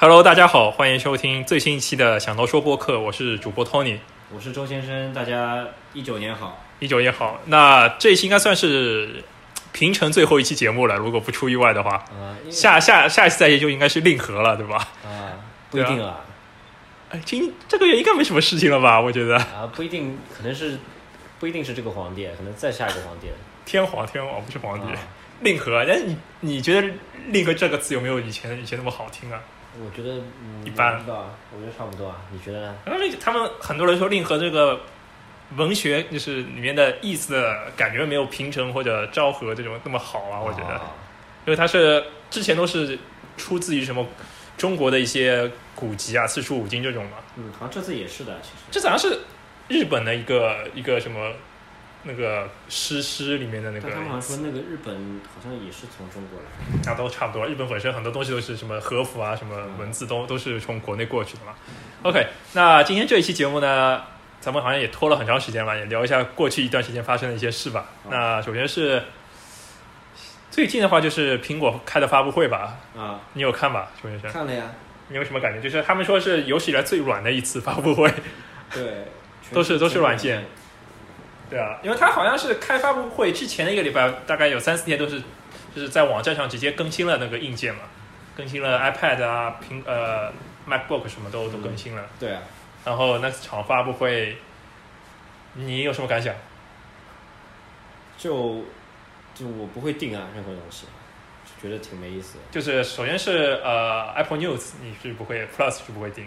Hello， 大家好，欢迎收听最新一期的想到说播客，我是主播 Tony， 我是周先生，大家19年好 ，19年好。那这一期应该算是平成最后一期节目了，如果不出意外的话，下一次赛季就应该是令和了，对吧？ 不一定啊。 这个月应该没什么事情了吧？我觉得不一定，可能是不一定是这个皇帝，可能再下一个皇帝。 天皇不是皇帝，令和。但你觉得令和这个词有没有以前那么好听啊？ 我觉得一般， 我觉得差不多啊。你觉得呢？ 他们很多人说令和这个文学就是里面的意思的感觉没有平成或者昭和这种那么好啊，我觉得，因为它是之前都是出自于什么中国的一些古籍啊、四书五经这种嘛。 好像这次也是的，其实这好像是日本的一个什么那个诗里面的那个。 他们好像说那个日本好像也是从中国来， 都差不多。日本本身很多东西都是什么和服啊、什么文字都是从国内过去的嘛。OK， 那今天这一期节目呢，咱们好像也拖了很长时间吧，也聊一下过去一段时间发生的一些事吧。那首先是最近的话，就是苹果开的发布会吧。你有看吧，周先生？ 看了呀。 你有什么感觉？就是他们说是有史以来最软的一次发布会。 对， 都是软件。对啊，因为他好像是开发布会之前的一个礼拜，大概有3-4天都是就是在网站上直接更新了那个硬件嘛，更新了 iPad 啊、MacBook 什么都更新了。 对啊。 然后那场发布会，你有什么感想？ 就我不会订啊，任何东西，觉得挺没意思的。 就是首先是Apple News 你是不会 Plus 是不会订。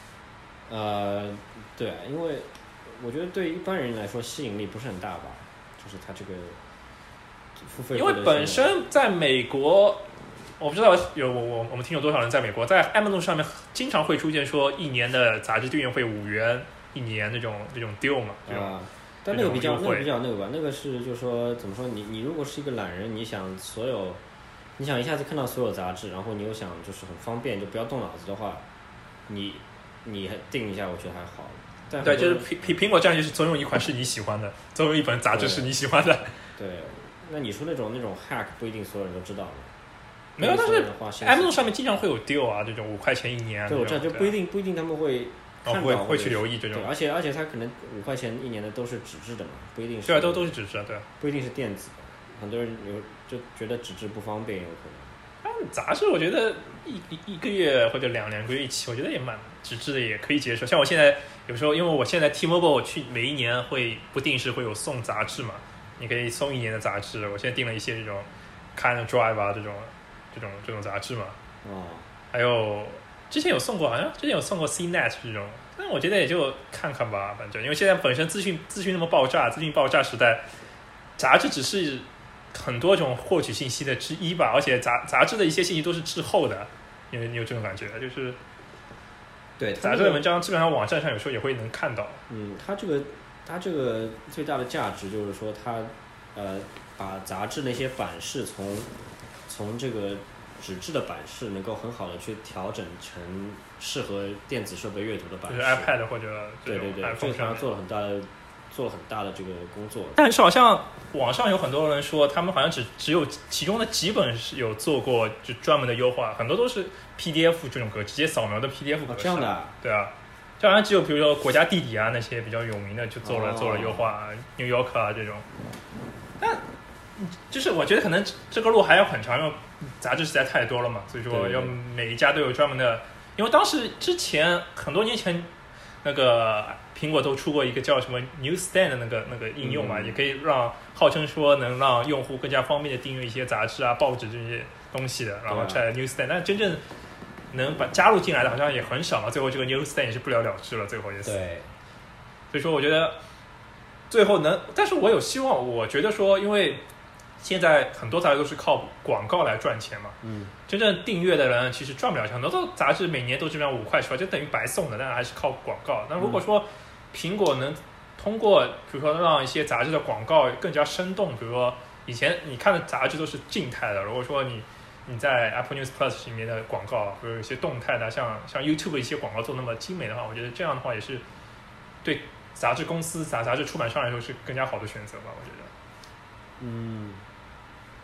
对啊，因为我觉得对一般人来说吸引力不是很大吧，就是它这个付费。 因为本身在美国，我不知道我们听有多少人在美国，在 Amazon 上面经常会出现说一年的杂志订阅会5元一年那种deal 嘛。 但那个比较那个吧，那个是就是说怎么说，你如果是一个懒人，你想一下子看到所有杂志，然后你又想就是很方便，就不要动脑子的话，你订一下，我觉得还好。 对，就是苹果这样，就是总有一款是你喜欢的，总有一本杂志是你喜欢的。 对，那你说那种 hack 不一定所有人都知道的。 没有，但是 Amazon 上面经常会有 deal 啊，这种5块钱一年。 对，我知道，就不一定他们会看到会去留意这种。 对，而且它可能5块钱一年的都是纸质的嘛，不一定是。 对啊，都是纸质的，对。 不一定是电子的，很多人就觉得纸质不方便，有可能。 杂志我觉得一个月或者2个月一期，我觉得也蛮纸质的，也可以接受。像我现在有时候，因为我现在 T-Mobile 去每一年会不定时会有送杂志嘛，你可以送1年的杂志。我现在订了一些这种 Kind Drive 啊这种杂志嘛。还有之前有送过，好像之前有送过 CNET 这种，但我觉得也就看看吧，反正因为现在本身资讯那么爆炸，资讯爆炸时代，杂志只是很多种获取信息的之一吧，而且杂志的一些信息都是滞后的，你有这种感觉？就是对杂志的文章基本上网站上有时候也会能看到。 它这个最大的价值就是说它把杂志那些版式从这个纸质的版式能够很好的去调整成适合电子设备阅读的版式， 就是 iPad 或者对，这上做了很大的这个工作。 但是好像网上有很多人说，他们好像只有其中的几本是有做过就专门的优化，很多都是 PDF 这种格，直接扫描的 PDF 格式。 这样的。 对啊，就好像只有比如说国家地理啊那些比较有名的就做了优化，New York 啊这种。但就是我觉得可能这个路还要很长，因为杂志实在太多了嘛，所以说要每一家都有专门的。因为当时之前很多年前，那个苹果都出过一个叫什么 Newsstand 的那个应用嘛，也可以号称说能让用户更加方便的订阅一些杂志啊、报纸这些东西的，然后在 Newsstand，但真正能加入进来的好像也很少嘛。最后这个 Newsstand 也是不了了之了，最后也是。 对。 所以说我觉得最后但是我有希望，我觉得说因为。现在很多杂志都是靠广告来赚钱嘛，真正订阅的人其实赚不了钱，很多杂志每年都基本上5块10块，就等于白送的，但是还是靠广告。那如果说苹果能通过，比如说让一些杂志的广告更加生动，比如说以前你看的杂志都是静态的，如果说你在 Apple News Plus 里面的广告，比如有一些动态的，像 YouTube 一些广告做那么精美的话，我觉得这样的话也是对杂志公司、杂志出版商来说是更加好的选择吧，我觉得。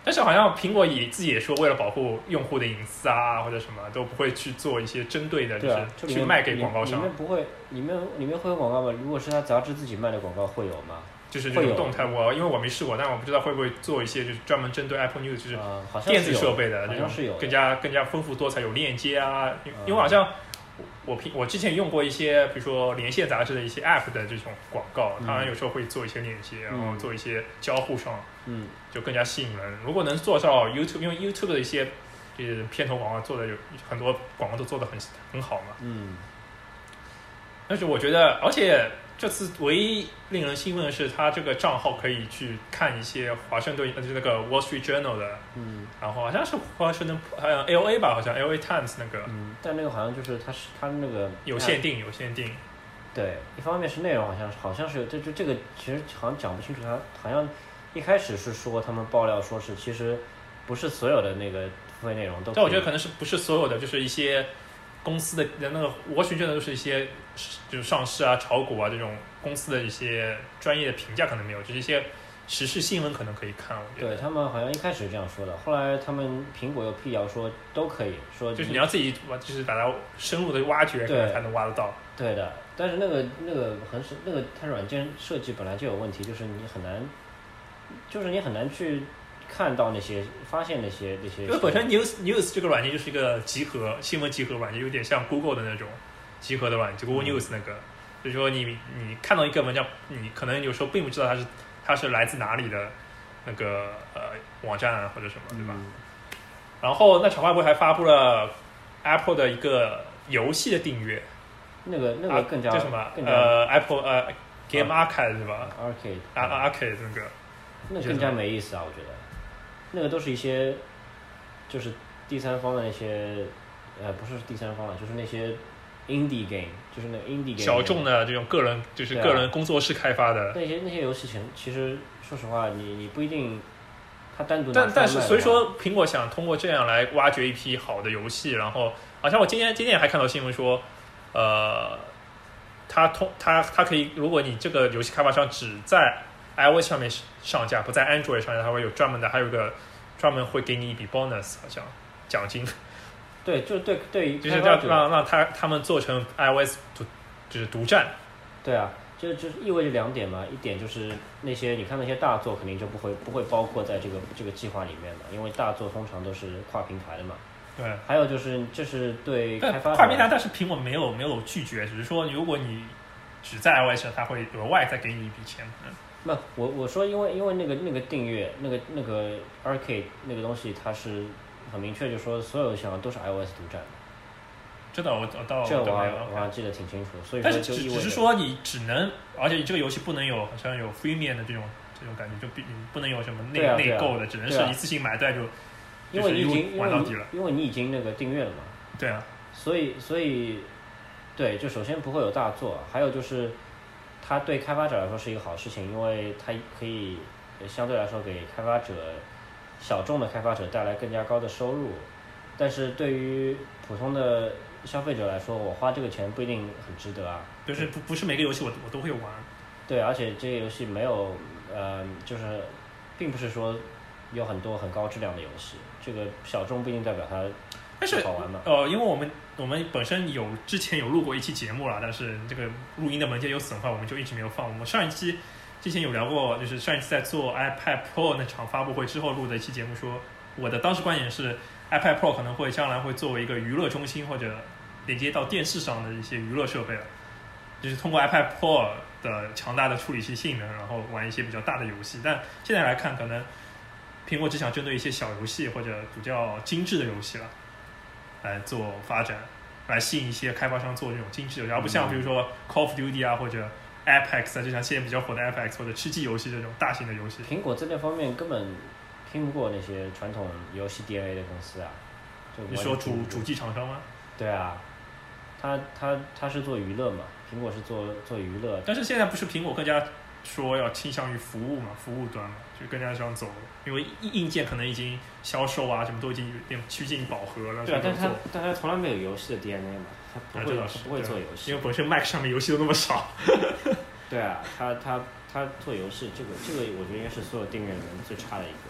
但是好像苹果自己也说，为了保护用户的隐私啊，或者什么都不会去做一些针对的，就是去卖给广告商。 里面不会，里面会有广告吗？如果是他杂志自己卖的广告，会有吗？ 就是这种动态，因为我没试过，但我不知道会不会做一些就是专门针对 Apple News 就是电子设备的这种更加丰富多彩，有链接啊。因为好像我之前用过一些，比如说连线杂志的一些 App 的这种广告，它好像有时候会做一些链接，然后做一些交互上，就更加吸引人。如果能做到 YouTube， 因为 YouTube 的一些片头广告做的有很多广告都做的很好嘛，但是我觉得，而且这次唯一令人兴奋的是，他这个账号可以去看一些华盛顿就是那个 Wall Street Journal 的，然后好像是华盛顿LA 吧，好像 LA Times 那个， 但那个好像就是他那个有限定。 对，一方面是内容好像是有，这个其实好像讲不清楚，他好像一开始是说他们爆料说是其实不是所有的那个付费内容都， 但我觉得可能是不是所有的，就是一些公司的那个Wall Street Journal都是一些就是上市啊、炒股啊这种公司的一些专业的评价可能没有，就是一些时事新闻可能可以看。我觉得对他们好像一开始是这样说的，后来他们苹果又辟谣说都可以，说就是你要自己就是把它深入的挖掘，可能才能挖得到。 对的，但是那个它软件设计本来就有问题，就是你很难去看到发现那些。 因为本身 News 这个软件就是一个新闻集合软件，有点像 Google 的那种集合的软件， Google News 那个，所以说你看到一个文章，你可能有时候并不知道它是来自哪里的那个网站啊或者什么，对吧？然后那场发布会还发布了 Apple 的一个游戏的订阅， 那个更加叫什么Apple Game Arcade 是吧？Arcade 那更加没意思啊，我觉得那个都是一些就是第三方的那些不是第三方了，就是那些 indie game， 就是那个 indie game 小众的这种个人工作室开发的那些游戏，其实说实话你不一定它单独但是所以说苹果想通过这样来挖掘一批好的游戏，然后好像我今天还看到新闻说它可以，如果你这个游戏开发商只在 iOS 上面上架，不在 Android 上架，它会有专门的，还有一个专门会给你一笔 bonus， 好像奖金。 对，就是对， 就是让他们做成 iOS 就是独占。 对啊，就意味着两点嘛，一点就是你看那些大作肯定就不会包括在这个计划里面嘛，因为大作通常都是跨平台的嘛。 对。还有就是这是对开发者跨平台，但是苹果没有拒绝，只是说如果你只在 iOS 上，它会额外再给你一笔钱。 那我说因为那个订阅那个 Arcade 那个东西，它是很明确，就说所有想要都是 iOS 独占的。 这倒我还记得挺清楚，所以说只是说你只能，而且你这个游戏不能有好像有 freemium 的这种感觉，就不能有什么内购的，只能是一次性买断因为你已经玩到底了， 因为你已经那个订阅了嘛。 对啊， 所以对，就首先不会有大作，还有就是它对开发者来说是一个好事情，因为它可以相对来说给小众的开发者带来更加高的收入，但是对于普通的消费者来说，我花这个钱不一定很值得啊。 就是不是每个游戏我都会玩。对， 而且这个游戏没有就是并不是说有很多很高质量的游戏，这个小众不一定代表它好玩嘛。 因为我们本身之前有录过一期节目了，但是这个录音的文件有损坏，我们就一直没有放。我们上一期之前有聊过，就是上一次在做 iPad Pro 那场发布会之后录的一期节目，说我的当时观点是 iPad Pro 可能会将来会作为一个娱乐中心或者连接到电视上的一些娱乐设备了，就是通过 iPad Pro 的强大的处理器性能，然后玩一些比较大的游戏。但现在来看，可能苹果只想针对一些小游戏或者比较精致的游戏了来做发展，来吸引一些开发商做这种精致的游戏，而不像比如说 Call of Duty 啊或者 Apex 啊，就像现在比较火的 Apex 或者吃鸡游戏这种大型的游戏。 苹果在这方面根本拼不过那些传统游戏 DNA 的公司啊。 你说主机厂商吗？ 对啊，他是做娱乐嘛，苹果是做娱乐。 但是现在不是苹果更加说要倾向于服务嘛，服务端嘛，就更加想走，因为硬件可能已经销售啊什么都已经有点趋近饱和了。 对啊，但他从来没有游戏的 DNA 嘛，他不会做游戏， 因为本身 Mac 上面游戏都那么少。 对啊，他做游戏这个我觉得应该是所有订阅里面最差的一个。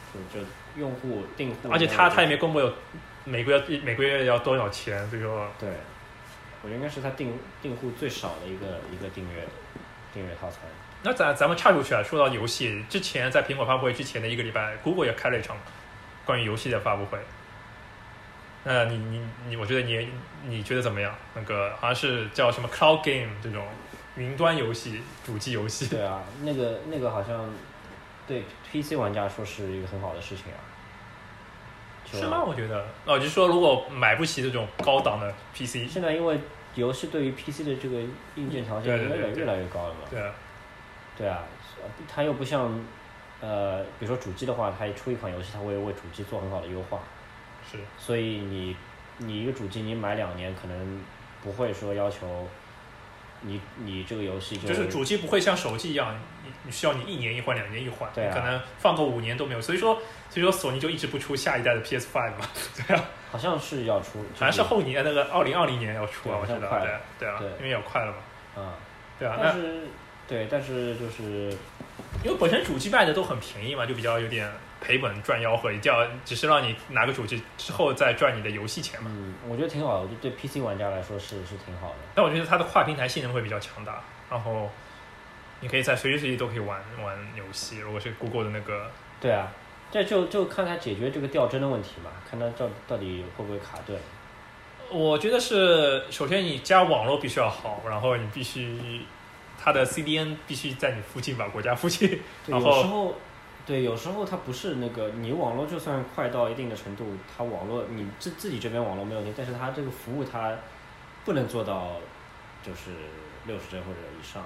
就用户订户， 而且他也没公布有每个月要多少钱，所以说对，我觉得应该是他订户最少的一个订阅套餐。 那咱们岔出去啊，说到游戏，之前在苹果发布会之前的1个礼拜 ，Google 也开了一场关于游戏的发布会。那我觉得你觉得怎么样？那个好像是叫什么 Cloud Game 这种云端游戏、主机游戏。 对啊，那个好像对 PC 玩家说是一个很好的事情啊。 是吗？我觉得就是说如果买不起这种高档的 PC， 现在因为游戏对于 PC 的这个硬件条件越来越高了嘛。 对啊。 对啊，它又不像比如说主机的话，它一出一款游戏，它会为主机做很好的优化。 是。 所以你一个主机你买2年，可能不会说要求你这个游戏就是主机不会像手机一样，你需要你1年一换2年一换， 对啊， 可能放个5年都没有。所以说索尼就一直不出下一代的 PS5 嘛。对啊。 好像是要出， 好像是后年那个2020年要出啊，我知道。对啊，因为要快了嘛。对啊， 但是就是因为本身主机卖的都很便宜嘛，就比较有点赔本赚吆喝，一定要只是让你拿个主机之后再赚你的游戏钱嘛。 我觉得挺好的，我觉得对 PC 玩家来说是挺好的。 但我觉得它的跨平台性能会比较强大，然后你可以在随时随地都可以玩游戏。如果是 Google 的那个， 对啊，这就看它解决这个掉帧的问题嘛，看它到底会不会卡顿。 我觉得是，首先你家网络必须要好，然后你必须它的 CDN 必须在你附近吧，国家附近。然后有时候它不是那个，你网络就算快到一定的程度，它网络你自己这边网络没问题，但是它这个服务它不能做到就是60帧或者以上，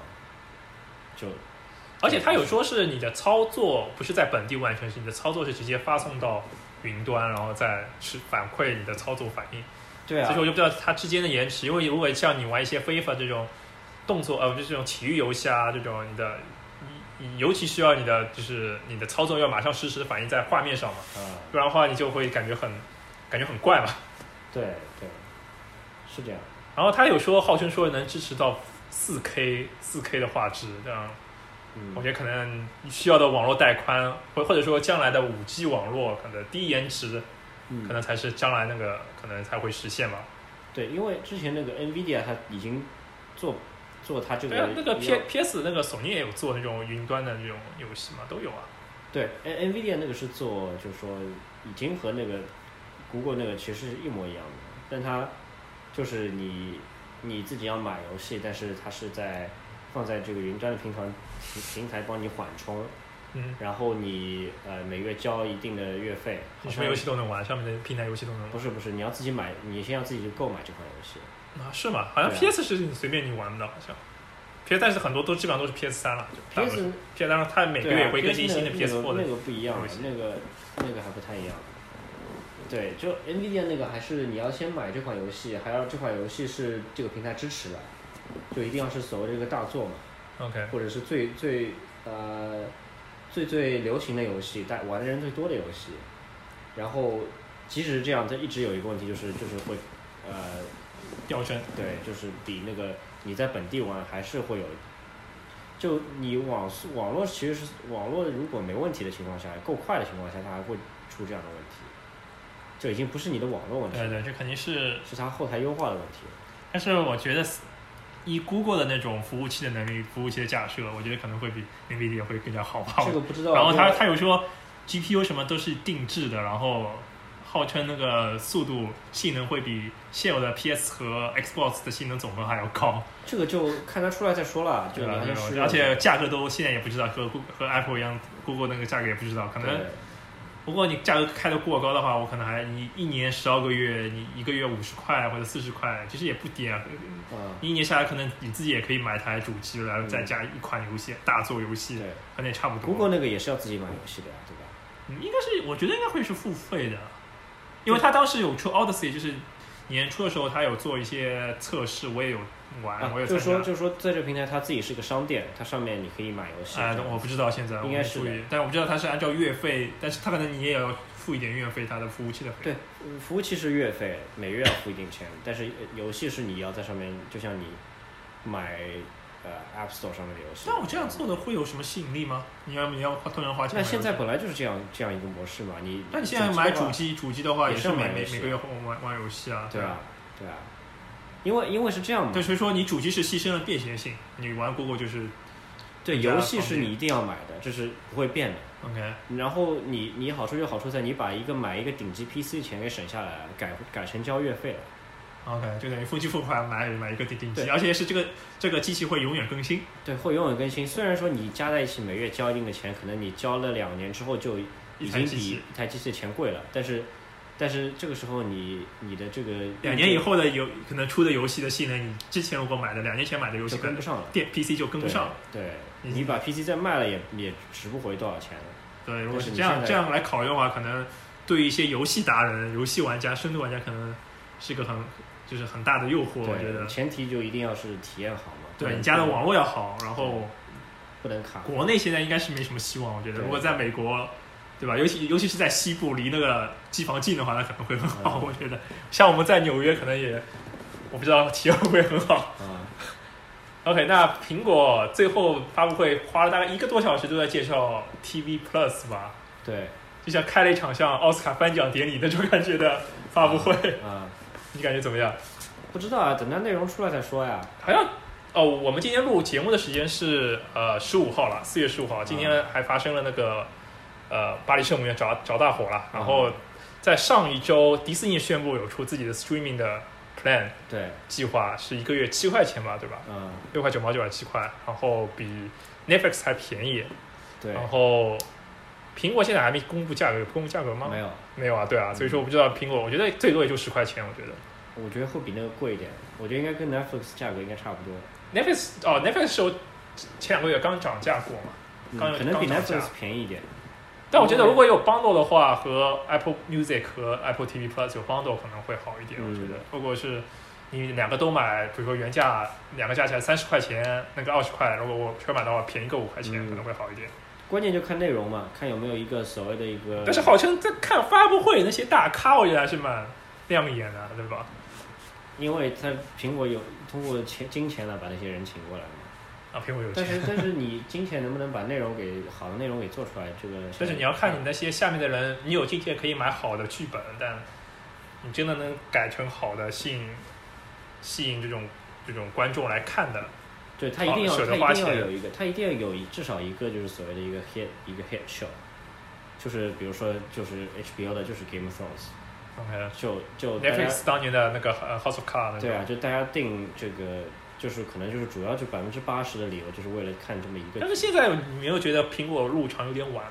而且它有说是你的操作不是在本地完成，是你的操作是直接发送到云端，然后再是反馈你的操作反应。 对啊， 所以我就不知道它之间的延迟，因为如果像你玩一些FIFA这种动作就是这种体育游戏啊，这种你尤其需要你的操作要马上实时反映在画面上嘛，不然的话你就会感觉很怪嘛。 对，是这样。 然后他有号称说能支持到4K 的画质，这样，我觉得可能需要的网络带宽，或者说将来的5G 网络可能低延迟，可能才是将来那个可能才会实现吧。 对，因为之前那个 NVIDIA 它已经做它这个， 对啊，那个 PS 那个索尼也有做那种云端的这种游戏嘛，都有啊。 对 ，NVIDIA 那个是做，就是说已经和那个 Google 那个其实是一模一样的，但它就是你自己要买游戏，但是它是放在这个云端的平台帮你缓冲，然后你每月交一定的月费， 什么游戏都能玩，上面的平台游戏都能玩。 不是，你要自己买，你先要自己购买这款游戏。 是吗？好像 PS 是你随便你玩的，好像。PS 但是很多基本上都是 PS3了，就 PS 当然它每个月会更新新的 PS4 的那个不一样，那个还不太一样。对，就 NVIDIA 那个还是你要先买这款游戏，还要这款游戏是这个平台支持的，就一定要是所谓这个大作嘛。 OK。 或者是最流行的游戏，玩的人最多的游戏。然后即使是这样，它一直有一个问题，就是会掉帧。 对，就是比那个你在本地玩还是会有，就你网络其实是网络如果没问题的情况下，够快的情况下，它还会出这样的问题，就已经不是你的网络问题。 对，这肯定是它后台优化的问题。 但是我觉得以 Google 的那种服务器的能力、服务器的架设，我觉得可能会比 NVIDIA 会更加好吧。 这个不知道。 然后它有说 GPU 什么都是定制的，然后号称那个速度性能会比现有的 PS 和 Xbox 的性能总和还要高。 这个就看它出来再说了，就你还是而且价格都现在也不知道，和 Apple 一样 ，Google 那个价格也不知道，可能。如果你价格开得过高的话，我可能你1年12个月，你1个月50块或者40块，其实也不低啊。你1年下来，可能你自己也可以买台主机，然后再加一款游戏，大作游戏，可能也差不多。 Google 那个也是要自己买游戏的呀，对吧？ 应该是，我觉得应该会是付费的，因为他当时有出 Odyssey， 就是年初的时候，他有做一些测试，我也有玩，我也参加。 就是说，在这个平台，它自己是个商店，它上面你可以买游戏。 我不知道现在应该是， 但我不知道它是按照月费，但是它可能你也要付一点月费，它的服务器的费。 对，服务器是月费，每月要付一定钱，但是游戏是你要在上面，就像你买 App Store 上面的游戏。 但我这样做的会有什么吸引力吗？你要突然花钱？ 那现在本来就是这样一个模式嘛。 那你现在买主机的话，也是每个月玩游戏啊。 对啊。因为是这样嘛。 对，所以说你主机是牺牲了便携性，你玩 Google 就是。 对，游戏是你一定要买的，这是不会变的。 OK。 然后你好处就好处在你把买一个顶级 PC 的钱给省下来，改成交月费了。 OK， 就等于付款买一个顶级，而且是这个机器会永远更新。 对，会永远更新。虽然说你加在一起每月交一定的钱，可能你交了2年之后就已经比一台机器的钱贵了，但是这个时候你的这个 2年以后的可能出的游戏的性能，你之前如果买的2年前买的游戏就跟不上了 ，PC 就跟不上了。 对，你把 PC 再卖了也值不回多少钱了。 对，如果是这样来考虑的话，可能对于一些游戏达人、游戏玩家、深度玩家，可能是一个很大的诱惑。我觉得前提就一定要是体验好嘛。 对，你家的网络要好，然后不能卡。 国内现在应该是没什么希望，我觉得。如果在美国，对吧？尤其是在西部，离那个机房近的话，那可能会很好。我觉得，像我们在纽约，可能也我不知道体验会不会很好。OK， 那苹果最后发布会花了大概1个多小时都在介绍 TV Plus 吧？ 对， 就像开了一场像奥斯卡颁奖典礼那种感觉的发布会。你感觉怎么样？ 不知道啊，等它内容出来再说呀。 好像我们今天录节目的时间是15号了，4月15号。今天还发生了那个巴黎圣母院着大火了。然后在上一周，迪士尼宣布有出自己的 streaming 的 plan， 对， 计划是1个月7块钱吧，对吧？6块9毛9还是7块，然后比 Netflix 还便宜。 对， 然后苹果现在还没公布价格，有公布价格吗？没有啊，对啊，所以说我不知道苹果，我觉得最多也就10块钱， 我觉得会比那个贵一点，我觉得应该跟 Netflix 价格应该差不多。 Netflix 是前2个月刚涨价过嘛， 可能比 Netflix 便宜一点。 但我觉得如果有 bundle 的话，和 Apple Music 和 Apple TV Plus 有 bundle 可能会好一点。我觉得，如果是你2个都买，比如说原价2个加起来30块钱，那个20块，如果我全买的话，便宜个5块钱，可能会好一点。 关键就看内容嘛，看有没有一个所谓的一个。 但是好像在看发布会那些大咖，我觉得还是蛮亮眼的，对吧？ 因为苹果有通过金钱来把那些人请过来嘛。 苹果有钱。 但是你金钱能不能把好的内容给做出来？这个。 但是你要看你那些下面的人，你有金钱可以买好的剧本，但你真的能改成好的吸引这种观众来看的。 对，他一定要有至少一个就是所谓的一个 hit show， 就是比如说就是 HBO 的就是 Game of Thrones。OK。就 Netflix 当年的那个House of Cards。 对啊，就大家定这个。就是可能就是主要就80%的理由就是为了看这么一个。 但是现在你没有觉得苹果入场有点晚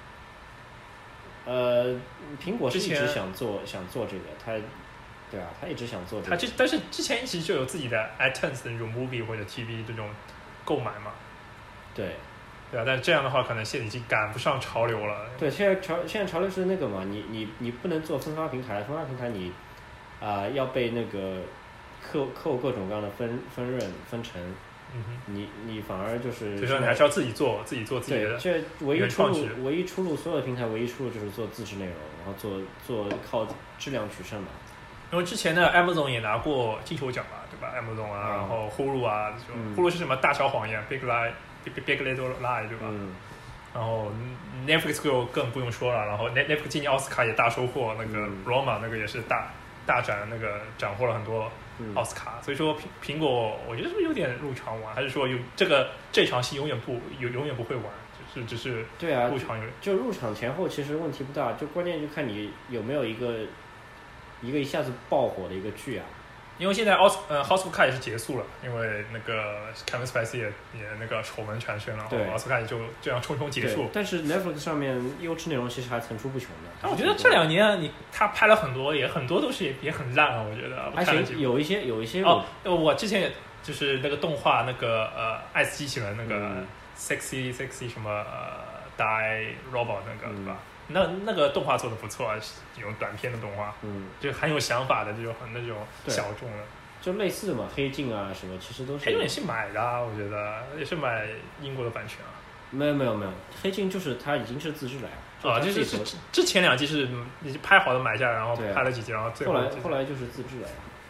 吗？苹果是一直想做这个，对啊，他一直想做这个。 但是之前一直就有自己的 iTunes 的那种 movie 或者 TV 这种购买嘛。对啊，但这样的话可能现在已经赶不上潮流了。 对，现在潮流是那个嘛，你不能做分发平台，你要被那个。扣各种各样的分润分成，你反而就是， 所以说你还是要自己做自己的。 这唯一出路，所有的平台唯一出路就是做自制内容，然后做靠质量取胜嘛。 因为之前的 Amazon 也拿过金球奖嘛，对吧 ？Amazon 啊，然后 Hulu 啊，这种 Hulu 是什么大小谎言 Big Little Lie， 对吧？然后 Netflix 就更不用说了，然后 Netflix 今年奥斯卡也大收获，那个 Roma 那个也是大展，那个斩获了很多。奥斯卡，所以说苹果，我觉得是不是有点入场晚，还是说有这场戏永远不会完，只是对啊， 入场就入场前后其实问题不大，就关键就看你有没有一个一下子爆火的一个剧啊。 因为现在House of Cards 也是结束了，因为那个 Kevin Spacey 也那个丑闻传宣了，然后 House of Cards 也就这样匆匆结束。 但是 Netflix 上面优质内容其实还层出不穷的。 但我觉得这2年他拍了很多，很多都是也很烂啊，我觉得。 而且有一些我之前就是那个动画那个爱死机器人那个 sexy 什么Die Robot 那个对吧？那个动画做的不错，这种短片的动画，就很有想法的这种那种小众的， 就类似的嘛，黑镜啊什么，其实都是。 黑镜也是买的啊，我觉得也是买英国的版权啊。 没有，黑镜就是它已经是自制了呀。 就是之前2季是已经拍好的买下，然后拍了几集，然后最后后来就是自制了呀。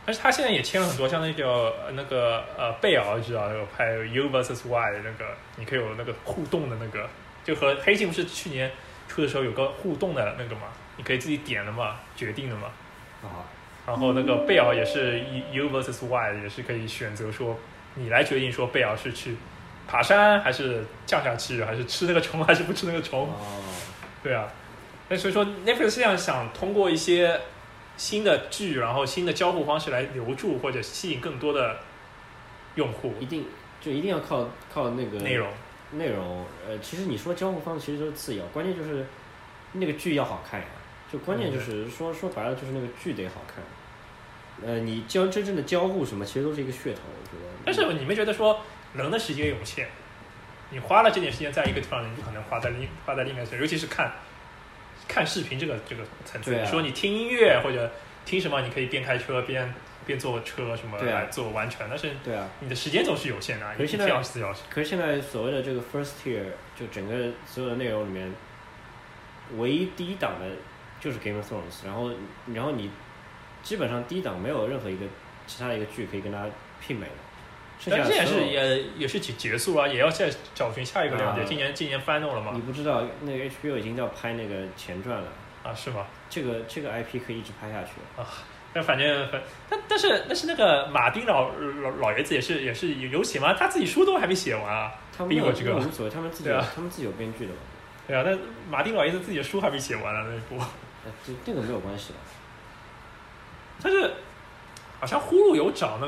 但是他现在也签了很多，像贝尔，知道那个拍 U vs Y 的那个，你可以有那个互动的那个，就和黑镜不是去年出的时候有个互动的那个嘛，你可以自己点的嘛，决定的嘛。 啊， 然后那个贝尔也是 U vs Y， 也是可以选择说你来决定说贝尔是去爬山还是降下去，还是吃那个虫还是不吃那个虫。 哦， 对啊，那所以说 Netflix 实际上想通过一些新的剧，然后新的交互方式来留住或者吸引更多的用户。 一定要靠那个内容。 其实你说交互方式其实都是次要，关键就是那个剧要好看呀。就关键就是说白了就是那个剧得好看。你真正的交互什么，其实都是一个噱头，我觉得。 但是你们觉得说人的时间有限，你花了这点时间在一个地方，你不可能花在另一个地方，尤其是看视频这个层次。你说你听音乐或者听什么，你可以边开车边坐车什么来做完全，但是你的时间总是有限的， 可是现在 24小时。 可是现在所谓的这个 first tier， 就整个所有的内容里面，唯一第一档的就是 Game of Thrones， 然后你基本上第一档没有任何一个其他的一个剧可以跟它媲美的。 但现在是也是结束了，也要再找寻下一个亮点。今年 final 了吗？ 你不知道那个 HBO 已经在拍那个前传了啊？是吗？ 这个 IP 可以一直拍下去啊。但是那个马丁老爷子也是有写吗？他自己书都还没写完啊。 他们有这个无所谓，他们自己有编剧的嘛。 对啊，但马丁老爷子自己的书还没写完呢，那一部。 这个没有关系的。 但是好像呼噜有找那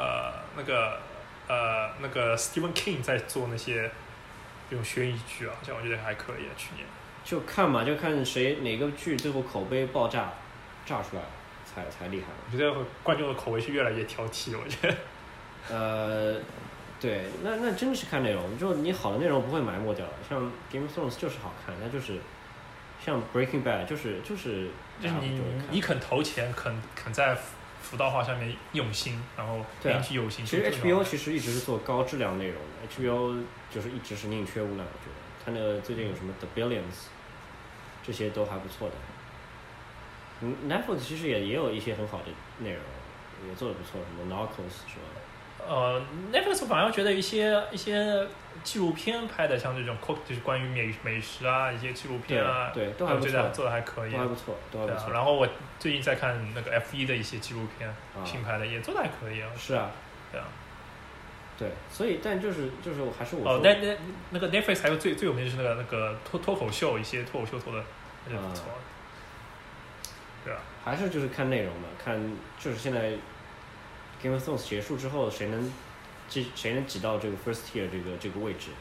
个 Stephen King 在做那些这种悬疑剧啊，这样我觉得还可以啊。去年就看哪个剧最后口碑爆炸出来才厉害。 我觉得观众的口味是越来越挑剔了，我觉得。 对，那真的是看内容，就你好的内容不会埋没掉的。像 Game of Thrones 就是好看，它就是像 Breaking Bad 就是你肯投钱，肯在辅导化上面用心，然后编剧有心。 其实 HBO 其实一直是做高质量内容的 ，HBO 就是一直是宁缺毋滥，我觉得它那个最近有什么 The Billions， 这些都还不错的。Netflix 其实也有一些很好的内容，也做的不错，什么 Narcos 是吧 ？Netflix 反而觉得一些纪录片拍的，像这种就是关于美食啊，一些纪录片啊， 对，都还不错， 我觉得做的还可以， 都还不错。 然后我最近在看那个 F1的一些纪录片，新拍的也做的还可以啊。 是啊， 对啊， 对，所以但就是还是我说那个 Netflix 还有最有名的是那个脱口秀，一些脱口秀做的还是不错。对啊， 还是就是看内容嘛，看就是现在 Game of Thrones 结束之后，谁能挤到这个 first tier 这个位置？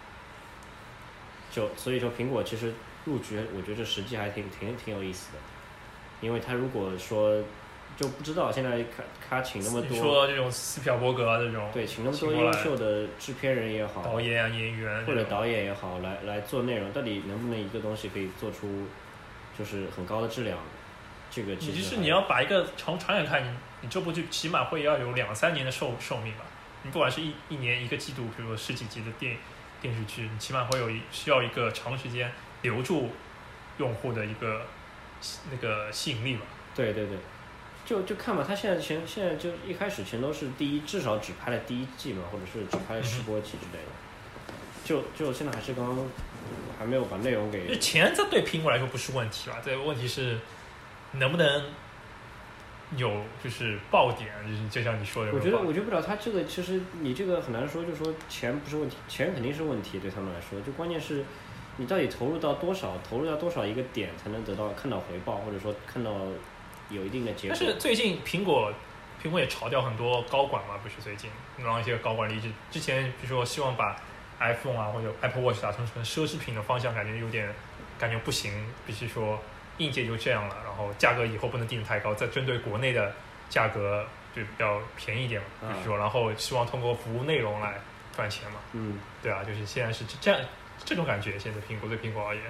所以说苹果其实入局，我觉得这实际还挺有意思的，因为他如果说就不知道现在他请那么多， 你说这种斯皮尔伯格啊这种， 对，请那么多优秀的制片人也好， 导演啊演员或者导演也好，来做内容，到底能不能一个东西可以做出就是很高的质量？这个其实你要把一个长远看，你这部剧起码会要有2-3年的寿命吧。你不管是一年一个季度，比如说10几集的电视剧，你起码会需要一个长时间留住用户的一个那个吸引力吧。 对，就看吧。他现在就一开始全都是至少只拍了第1季嘛，或者是只拍了10多集之类的。就现在还是还没有把内容给。 钱这对苹果来说不是问题吧？这个问题是能不能有就是爆点，就像你说的。 我觉得不了，他这个其实你这个很难说，就是说钱不是问题，钱肯定是问题，对他们来说，就关键是你到底投入到多少一个点才能看到回报，或者说看到有一定的结果。 但是最近苹果也炒掉很多高管嘛，不是最近让一些高管离职。之前比如说希望把 iPhone 啊或者 Apple Watch 打成奢侈品的方向，感觉不行，必须说硬件就这样了，然后价格以后不能定得太高，再针对国内的价格就比较便宜一点嘛，比如说，然后希望通过服务内容来赚钱嘛。对啊，就是现在是这种感觉，现在对苹果而言。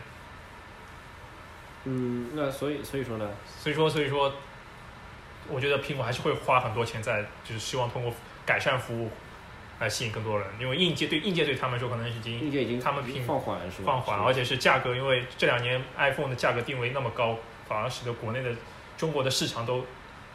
那所以说呢？ 所以说，我觉得苹果还是会花很多钱在，就是希望通过改善服务来吸引更多人，因为硬件对他们说可能已经他们放缓是吧？ 放缓，而且是价格，因为这2年 iPhone 的价格定位那么高，反而使得中国的市场都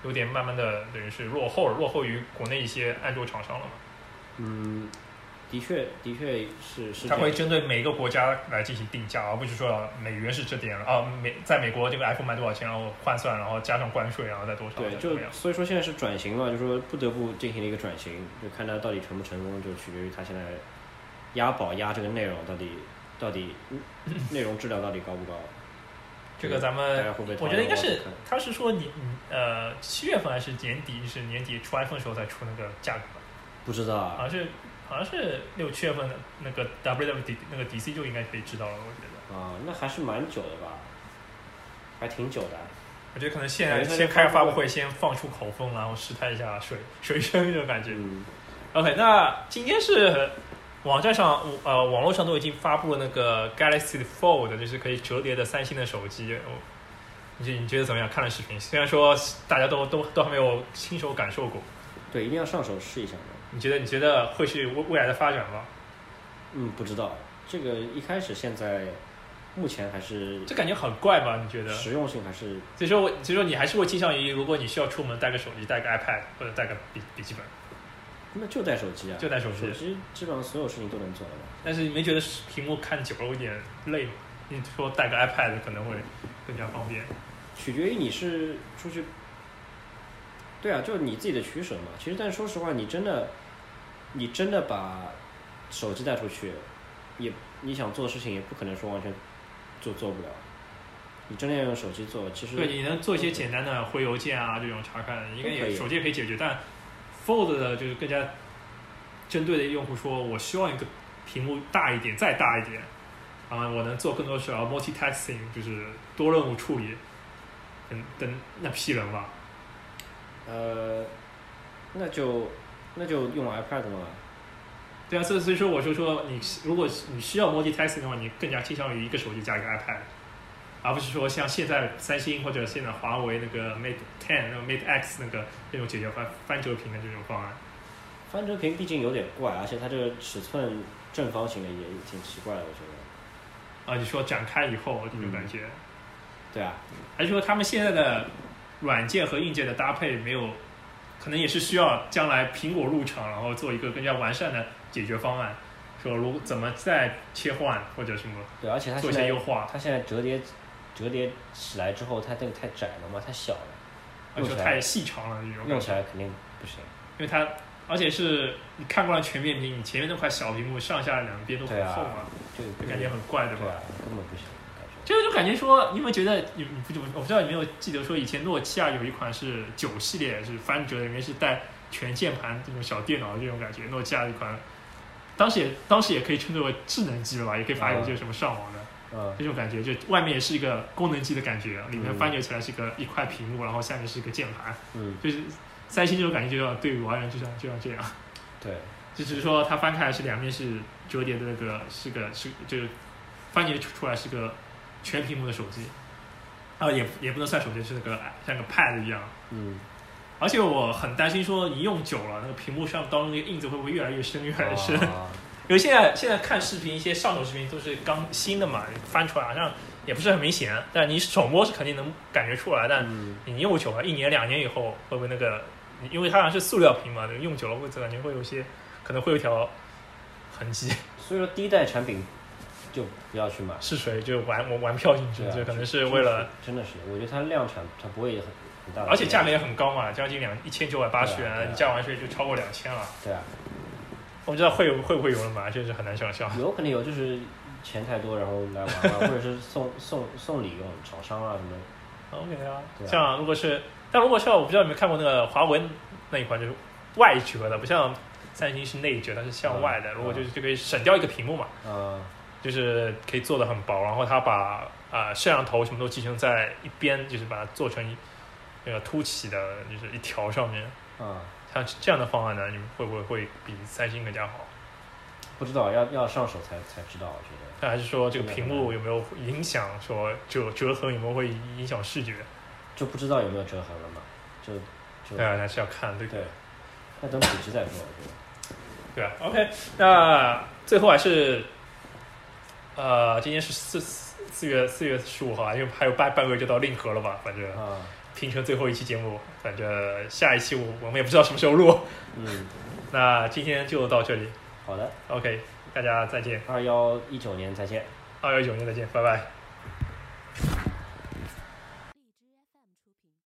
有点慢慢的等于是落后于国内一些安卓厂商了嘛。 的确是。 它会针对每个国家来进行定价，而不是说美元是这点了在美国这个 iPhone 卖多少钱，然后换算，然后加上关税，然后再多少。 对，就所以说现在是转型嘛，就说不得不进行了一个转型，就看它到底成不成功，就取决于它现在压这个内容到底内容质量到底高不高。 这个咱们我觉得应该是，他是说7月份还是年底出 iPhone 的时候再出那个价格。 不知道啊， 好像是6、7月份的那个 WWDC 那个 DC 就应该可以知道了，我觉得。 那还是蛮久的吧，还挺久的。 我觉得可能先开个发布会，先放出口风，然后试探一下水深这种感觉。OK， 那今天是网站上网络上都已经发布了那个 Galaxy Fold， 就是可以折叠的三星的手机。你觉得怎么样？看了视频，虽然说大家都还没有亲手感受过。 对，一定要上手试一下的。 你觉得会是未来的发展吗？ 不知道，这个一开始现在目前还是这感觉很怪吧？你觉得实用性还是？ 所以说你还是会倾向于，如果你需要出门带个手机、带个 iPad 或者带个笔记本， 那就带手机啊， 就带手机基本上所有事情都能做得到。 但是你没觉得屏幕看久了有点累吗？你说带个 iPad 可能会更加方便。 取决于你是出去。对啊，就是你自己的取舍嘛。其实，但是说实话，你真的把手机带出去，你想做的事情也不可能说完全做不了。你真的要用手机做，其实对，你能做一些简单的回邮件啊这种查看，应该手机也可以解决。但 Fold 的就是更加针对的用户说，我希望一个屏幕大一点，再大一点，我能做更多事，multitasking 就是多任务处理，等那批人吧。 那就用 iPad 嘛。 对啊，所以说我说如果你需要 multitasking 的话，你更加倾向于一个手机加一个 iPad， 而不是说像现在三星或者现在华为那个 Mate 10、那个 Mate X 那种解决翻折屏的这种方案。 翻折屏毕竟有点怪，而且它这个尺寸正方形的也挺奇怪的，我觉得。你说展开以后这种感觉。 对啊。 还是说他们现在的软件和硬件的搭配没有，可能也是需要将来苹果入场，然后做一个更加完善的解决方案，说怎么再切换或者什么。 对，而且它做一些优化。 它现在折叠起来之后，它那个太窄了嘛，太小了， 用起来太细长了这种。 用起来肯定不行， 因为它而且是你看惯了全面屏，你前面那块小屏幕上下两边都很厚嘛，就感觉很怪，对吧？ 对啊，根本不行。 就感觉说，你有没有觉得我不知道你有没有记得说，以前诺基亚有一款是9系列是翻折，里面是带全键盘这种小电脑这种感觉。诺基亚一款，当时也可以称之为智能机了吧，也可以发邮件什么上网的，这种感觉就外面也是一个功能机的感觉，里面翻折起来是一块屏幕，然后下面是一个键盘，就是三星这种感觉就要对我而言就像这样。 对， 就只是说它翻开来是两面是折叠的那个就是翻折出来是个全屏幕的手机，也不能算手机，是那个像个 pad 一样。而且我很担心说你用久了，那个屏幕上当中那个印子会不会越来越深，越来越深？因为现在看视频，一些上手视频都是刚新的嘛，翻出来好像也不是很明显，但你手摸是肯定能感觉出来。但你用久了，1年2年以后，会不会那个？因为它好像是塑料屏嘛，用久了会感觉会有些，可能会有一条痕迹。 所以说第一代产品就不要去买， 试水就玩票性质，就可能是为了。 真的是，我觉得它量产它不会很大的， 而且价格也很高嘛，将近1980元，你加完税就超过2000了。 对啊。 我不知道会不会有人买，确实很难想象。 有可能有，就是钱太多然后来玩啊，或者是送礼用，厂商啊什么。 OK 啊，像如果像我不知道有没有看过那个华为那一款，就是外折的，不像三星是内折，它是向外的。如果就可以省掉一个屏幕嘛，就是可以做的很薄，然后它把摄像头什么都集成在一边，就是把它做成那个凸起的，就是一条上面。像这样的方案呢，你们会不会比三星更加好？ 不知道，要上手才知道，我觉得。 那还是说这个屏幕有没有影响？说折痕有没有会影响视觉？ 就不知道有没有折痕了嘛？就对啊，还是要看对。 那等普及再说，我觉得。 对啊 ，OK， 那最后还是今天是4月15号，因为还有半个月就到令和了吧？反正听成最后一期节目，反正下一期我们也不知道什么时候录。那今天就到这里。 好的 OK， 大家再见。 2119年再见。 2119年再见，拜拜。